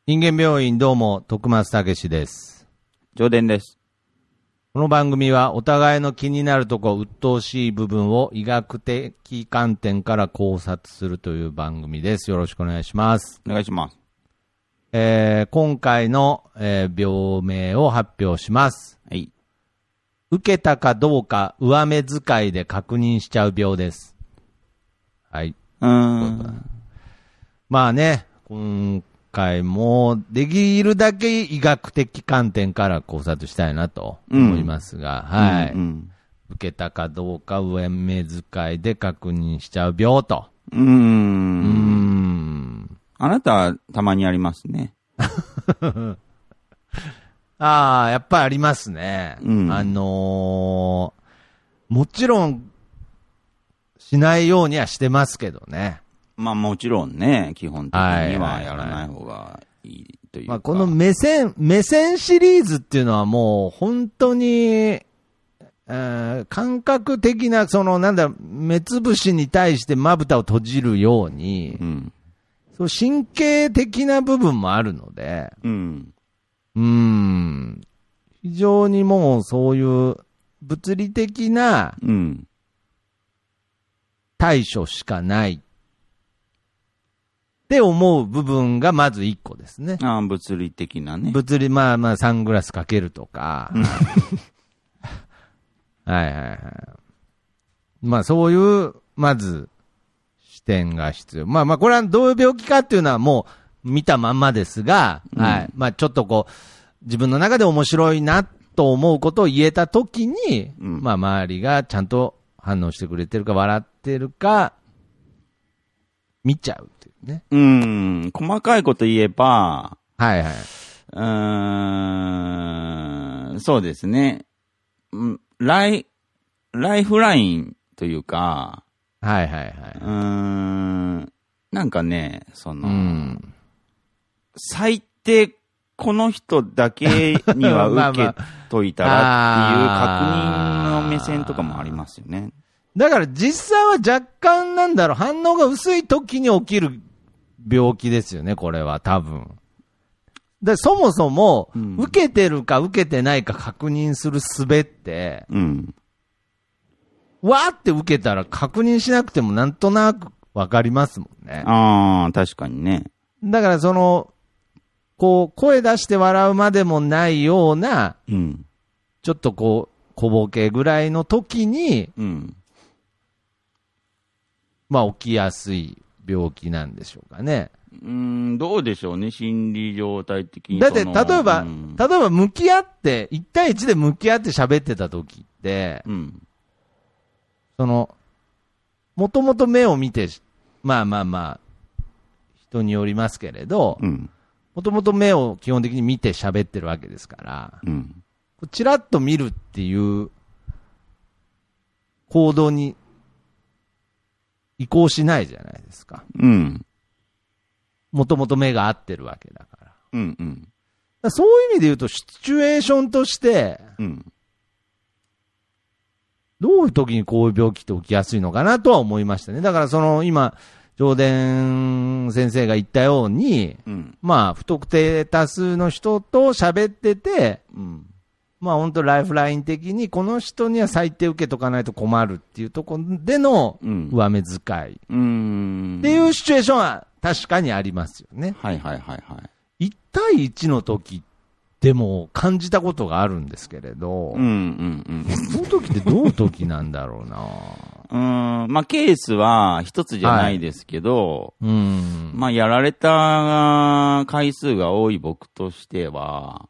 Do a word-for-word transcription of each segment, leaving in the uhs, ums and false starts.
人間病院どうも徳松武史です。 上田です。 この番組はお互いの気になるとこ鬱陶しい部分を医学的観点から考察するという番組です。よろしくお願いします。 お願いします。 えー、今回の、えー、病名を発表します。 はい。 受けたかどうか上目遣いで確認しちゃう病です。はい。 うーん。 まあね、今回もできるだけ医学的観点から考察したいなと思いますが、うん、はい、うんうん。受けたかどうか上目遣いで確認しちゃう病と。 うーん。うーん。あなたはたまにありますね。 ああ、やっぱりありますね。うん、あのー、もちろんしないようにはしてますけどね。 まあもちろんね、基本的にはやらない方がいいというか。 まあこの目線、目線シリーズっていうのはもう本当に、えー、感覚的な、そのなんだろう、目つぶしに対してまぶたを閉じるように、うん、そう神経的な部分もあるので、うん、うーん、非常にもうそういう物理的な対処しかないって思う部分がまず一個ですね。 ああ、物理的なね。 物理、まあまあサングラスかけるとか。はいはいはい。まあそういう、まず、視点が必要。まあまあこれはどういう病気かっていうのはもう見たまんまですが、うん、はい。まあちょっとこう、自分の中で面白いなと思うことを言えたときに、うん、まあ周りがちゃんと反応してくれてるか笑ってるか、見ちゃうっていうね。 うん。細かいこと言えば、 はいはい。 うーん、そうですね。ライ、ライフラインというか、 はいはいはい。 うーん、なんかね、その、うん、最低この人だけには受けといたらっていう確認の目線とかもありますよね。 だから実際は若干なんだろう、反応が薄い時に起きる病気ですよね、これは多分。でそもそも、受けてるか受けてないか確認する術って、うん、わーって受けたら確認しなくてもなんとなくわかりますもんね。 ああ、確かにね。 だからその、こう、声出して笑うまでもないような、うん、ちょっとこう、小ボケぐらいの時に、うん、まあ起きやすい病気なんでしょうかね。 うーん、どうでしょうね、心理状態的に。 だって、例えば、うん、例えば向き合って、一対一で向き合って喋ってた時って、うん、その、もともと目を見て、まあまあまあ、人によりますけれど、もともと目を基本的に見て喋ってるわけですから、うん、チラッと見るっていう行動に移行しないじゃないですか。うん。もともと目が合ってるわけだから。うんうん。だそういう意味で言うと、シチュエーションとして、うん、どういう時にこういう病気って起きやすいのかなとは思いましたね。だからその今、上田先生が言ったように、うん、まあ不特定多数の人と喋ってて、うん、まあ本当ライフライン的にこの人には最低受けとかないと困るっていうところでの上目遣い、うん、っていうシチュエーションは確かにありますよね。 はいはいはいはい。 いち対いちの時でも感じたことがあるんですけれど、うんうんうん、その時ってどういう時なんだろうな。 うーん、まあ、ケースは一つじゃないですけど、はい、うん、まあ、やられた回数が多い僕としては、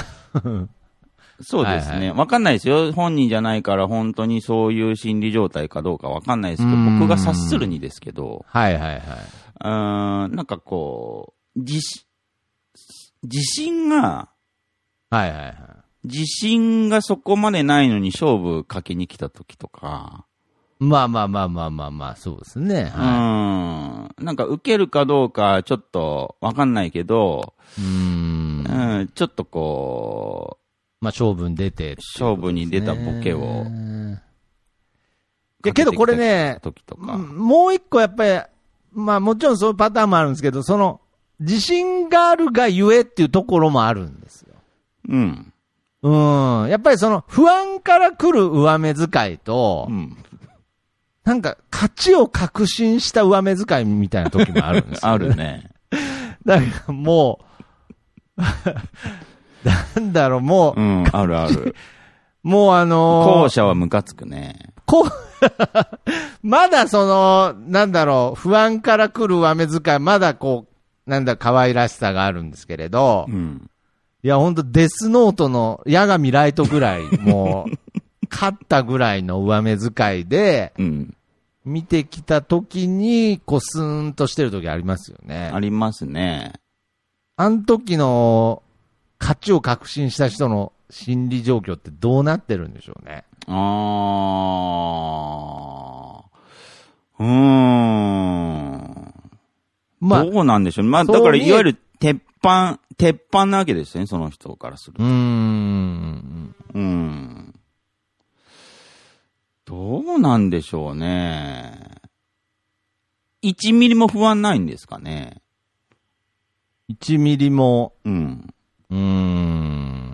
そうですね。わ、はいはい、かんないですよ。本人じゃないから本当にそういう心理状態かどうかわかんないですけど、僕が察するにですけど、 はいはいはい。 うーん、なんかこう、自、自信が、 はいはいはい。 自信がそこまでないのに勝負かけに来た時とか、 まあまあまあまあまあまあ、そうですね。 はい、うん。なんか受けるかどうかちょっとわかんないけど、うーん、うん、ちょっとこう、まあ勝負に出て、ね、 勝負に出たボケを。 いやけどこれね、時とかもう一個やっぱり、まあもちろんそういうパターンもあるんですけど、その、 自信があるがゆえっていうところもあるんですよ。 うん。 うん。やっぱりその不安から来る上目遣いと、うん、なんか勝ちを確信した上目遣いみたいな時もあるんですよ、ね。 あるね。 だからもう、なんだろう、もう。 うん、あるある。 もうあのー、 後者はムカつくね。 こまだその、なんだろう、不安から来る上目遣い、まだこう、なんだ、可愛らしさがあるんですけれど、うん、いや、ほんとデスノートの矢神ライトぐらい、もう、勝ったぐらいの上目遣いで、うん、見てきた時に、こう、スーンとしてる時ありますよね。 ありますね。 あの時の、勝ちを確信した人の心理状況ってどうなってるんでしょうね。 あー。うーん。まあ。どうなんでしょう。まあ、だから、いわゆる、鉄板、鉄板なわけですよね、その人からすると。うーん。うん。どうなんでしょうね。いちミリも不安ないんですかね。 いちミリも。うん。うーん。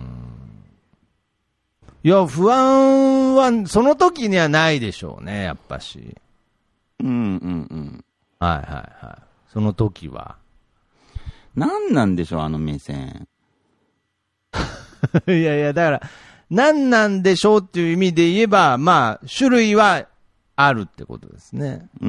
いや、不安は、その時にはないでしょうね、やっぱし。 うんうんうん。 はいはいはい。その時は。 何なんでしょう、あの目線。 いやいや、だから、何なんでしょうっていう意味で言えば、まあ、種類はあるってことですね。うん。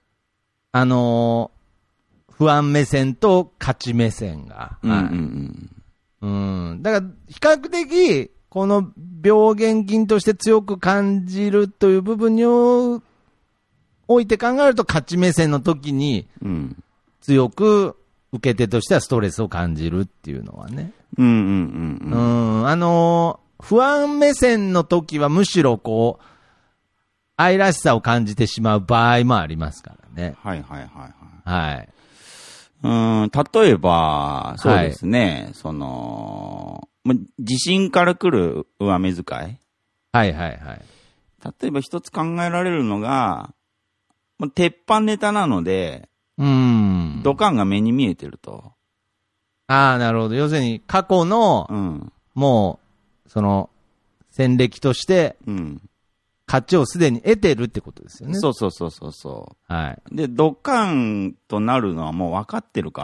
あのー、不安目線と勝ち目線が。うんうんうん。うん。だから、比較的、この病原菌として強く感じるという部分において考えると、勝ち目線の時に、強く受け手としてはストレスを感じるっていうのはね。うんうんうんうん。うん。あのー、不安目線の時はむしろこう、愛らしさを感じてしまう場合もありますからね。 はいはいはいはい。 はい。 うん、例えば、そうですね、はい、その、自信から来る上目遣い。 はいはいはい。 例えば一つ考えられるのが、鉄板ネタなので、 うん。 ドカンが目に見えてると。 ああ、なるほど。要するに過去の、うん、もう、その、戦歴として、うん。勝ちをすでに得てるってことですよね。 そうそうそうそうそう。 はい。 で、ドカンとなるのはもう分かってるから、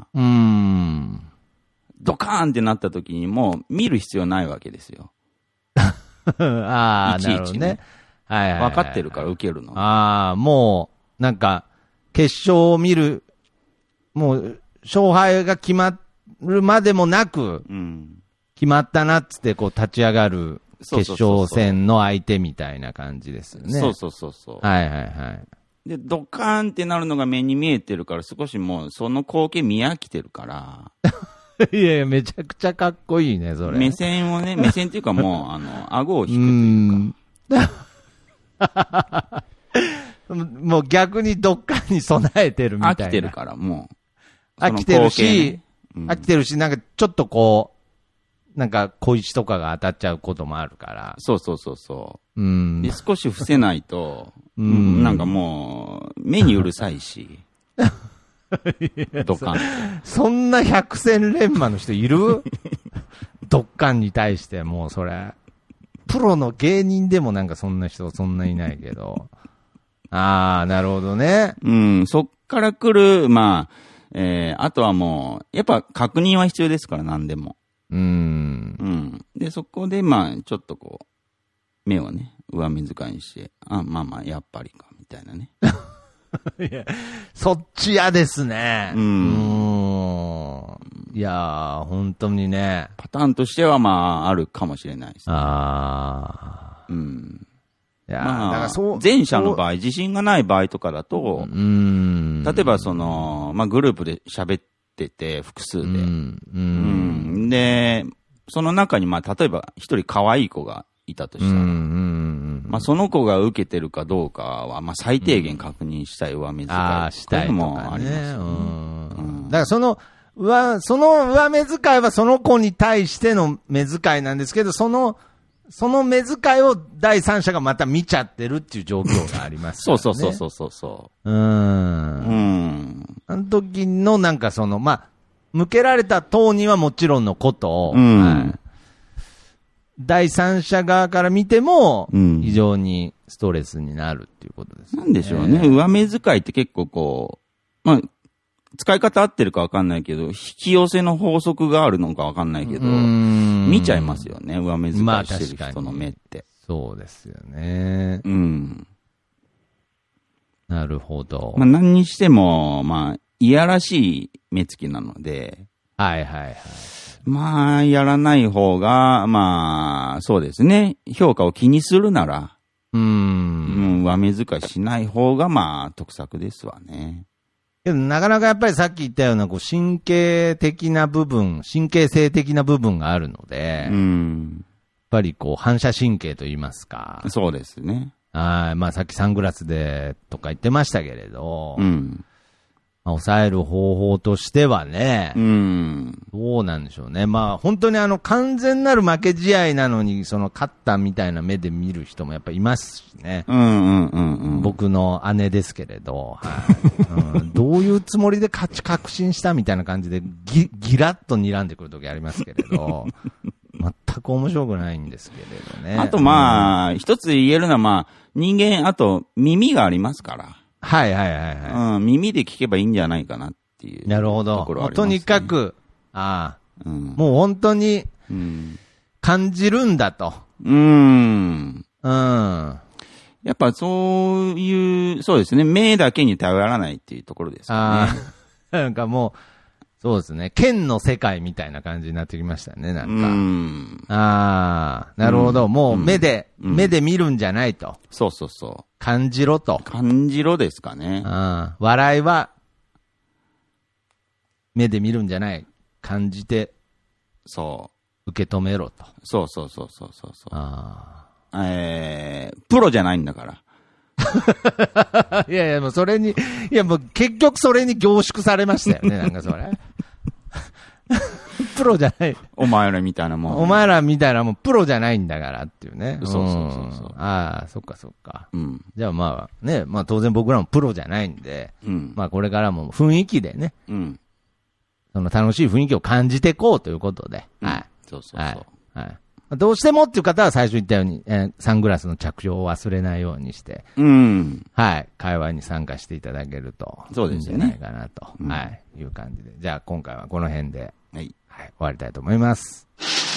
うーん。 ドカーンってなった時にもう見る必要ないわけですよ。 ああ、 いちいちね、 なるほどね。はいはい、はい。 分かってるから受けるの。 ああ、もう、なんか、決勝を見る、もう、勝敗が決まるまでもなく、うん、決まったなっつってこう立ち上がる決勝戦の相手みたいな感じですよね。 そうそうそうそう。 はいはいはい。 で、ドカーンってなるのが目に見えてるから、少しもうその光景見飽きてるから。 いやいや、めちゃくちゃかっこいいね、それ。 目線をね、目線っていうかもう、あの、顎を引くというか。もう逆にどっかに備えてるみたいな。 飽きてるから、もう。飽きてるし、ねうん、飽きてるし、なんかちょっとこう、なんか小石とかが当たっちゃうこともあるから。 そうそうそうそう。うん、で少し伏せないと、うん、なんかもう、目にうるさいし。ドカン。 そんな百戦錬磨の人いるドッカンに対してもうそれ。プロの芸人でもなんかそんな人そんないないけど。ああ、なるほどね。 うん、そっから来る、まあ、えー、あとはもう、やっぱ確認は必要ですから、何でも。うん。うん。で、そこで、まあ、ちょっとこう、目をね、上目遣いにして、あ、まあまあ、やっぱりか、みたいなね。 いや、そっち嫌ですね。うん。うんいやー、本当にね。 パターンとしては、まあ、あるかもしれないですね。 ああ。 うん。 いやー、 まあ、 だからそう。 前者の場合、自信がない場合とかだと、うん。例えば、その、まあ、グループで喋ってて、複数で。うん。うん。で、その中に、まあ、例えば、一人可愛い子がいたとしたら、うん。まあ、その子が受けてるかどうかは、まあ、最低限確認したい上目遣い。ああ、したいとかもありますよね。うん。 だから、その、上、その上目遣いはその子に対しての目遣いなんですけど、その、その目遣いを第三者がまた見ちゃってるっていう状況がありますからね。 そうそうそうそうそう。 うーん。 うん。 あの時のなんかその、まあ、向けられた党にはもちろんのことを、 うんはい、第三者側から見ても、非常にストレスになるっていうことです、ね。 なんでしょうね。上目遣いって結構こう、まあ、使い方合ってるかわかんないけど、引き寄せの法則があるのかわかんないけど、見ちゃいますよね。上目遣いしてる人の目って。 まあ、そうですよね。 うん。 なるほど。 まあ何にしても、まあ、いやらしい目つきなので、 はいはいはい。 まあ、やらない方が、まあ、そうですね。評価を気にするなら、 うーん。 うん、上目遣いしない方が、まあ、得策ですわね。 けど、なかなかやっぱりさっき言ったような、こう、神経的な部分、神経性的な部分があるので、 うん。 やっぱりこう、反射神経と言いますか。 そうですね。 はい。まあ、さっきサングラスでとか言ってましたけれど、 うん。 まあ、抑える方法としてはね、 うん。 どうなんでしょうね。まあ、本当にあの、完全なる負け試合なのに、その、勝ったみたいな目で見る人もやっぱいますしね。 うんうんうんうん。 僕の姉ですけれど、はいうん、どういうつもりで勝ち確信したみたいな感じでギ、ギラッと睨んでくるときありますけれど、全く面白くないんですけれどね。 あとまあ、うん、一つ言えるのはまあ、人間、あと耳がありますから。 はいはいはいはい。 うん、耳で聞けばいいんじゃないかなっていう、ね。 なるほど。とにかく、ああ、うん、もう本当に、感じるんだと。 うん。 うん。 やっぱそういう、そうですね。目だけに頼らないっていうところですかね。 あなんかもう、そうですね。剣の世界みたいな感じになってきましたね、なんか。うん。ああ、なるほど。うん、もう目で、うん、目で見るんじゃないと。 そうそうそう。 感じろと。 感じろですかね。 あ笑いは、目で見るんじゃない。感じて、 そう。 受け止めろと。 そうそうそうそうそう。 あえー、プロじゃないんだから。 いやいや、もうそれに、いやもう結局それに凝縮されましたよね、なんかそれ。プロじゃない。 お前らみたいなもん。 お前らみたいなもんプロじゃないんだからっていうね。 そうそうそうそう。 ああ、そっかそっか。 うん。 じゃあまあね、まあ当然僕らもプロじゃないんで、 うん。 まあこれからも雰囲気でね、 うん。 その楽しい雰囲気を感じていこうということで。 うん、 はい。 そうそうそう。 はい。はいどうしてもっていう方は最初言ったように、えー、サングラスの着用を忘れないようにして、 うん。 はい。会話に参加していただけると、 そうですね。 いいんじゃないかなと、 うん、 はい。いう感じで。じゃあ今回はこの辺で、 はい。 はい。終わりたいと思います。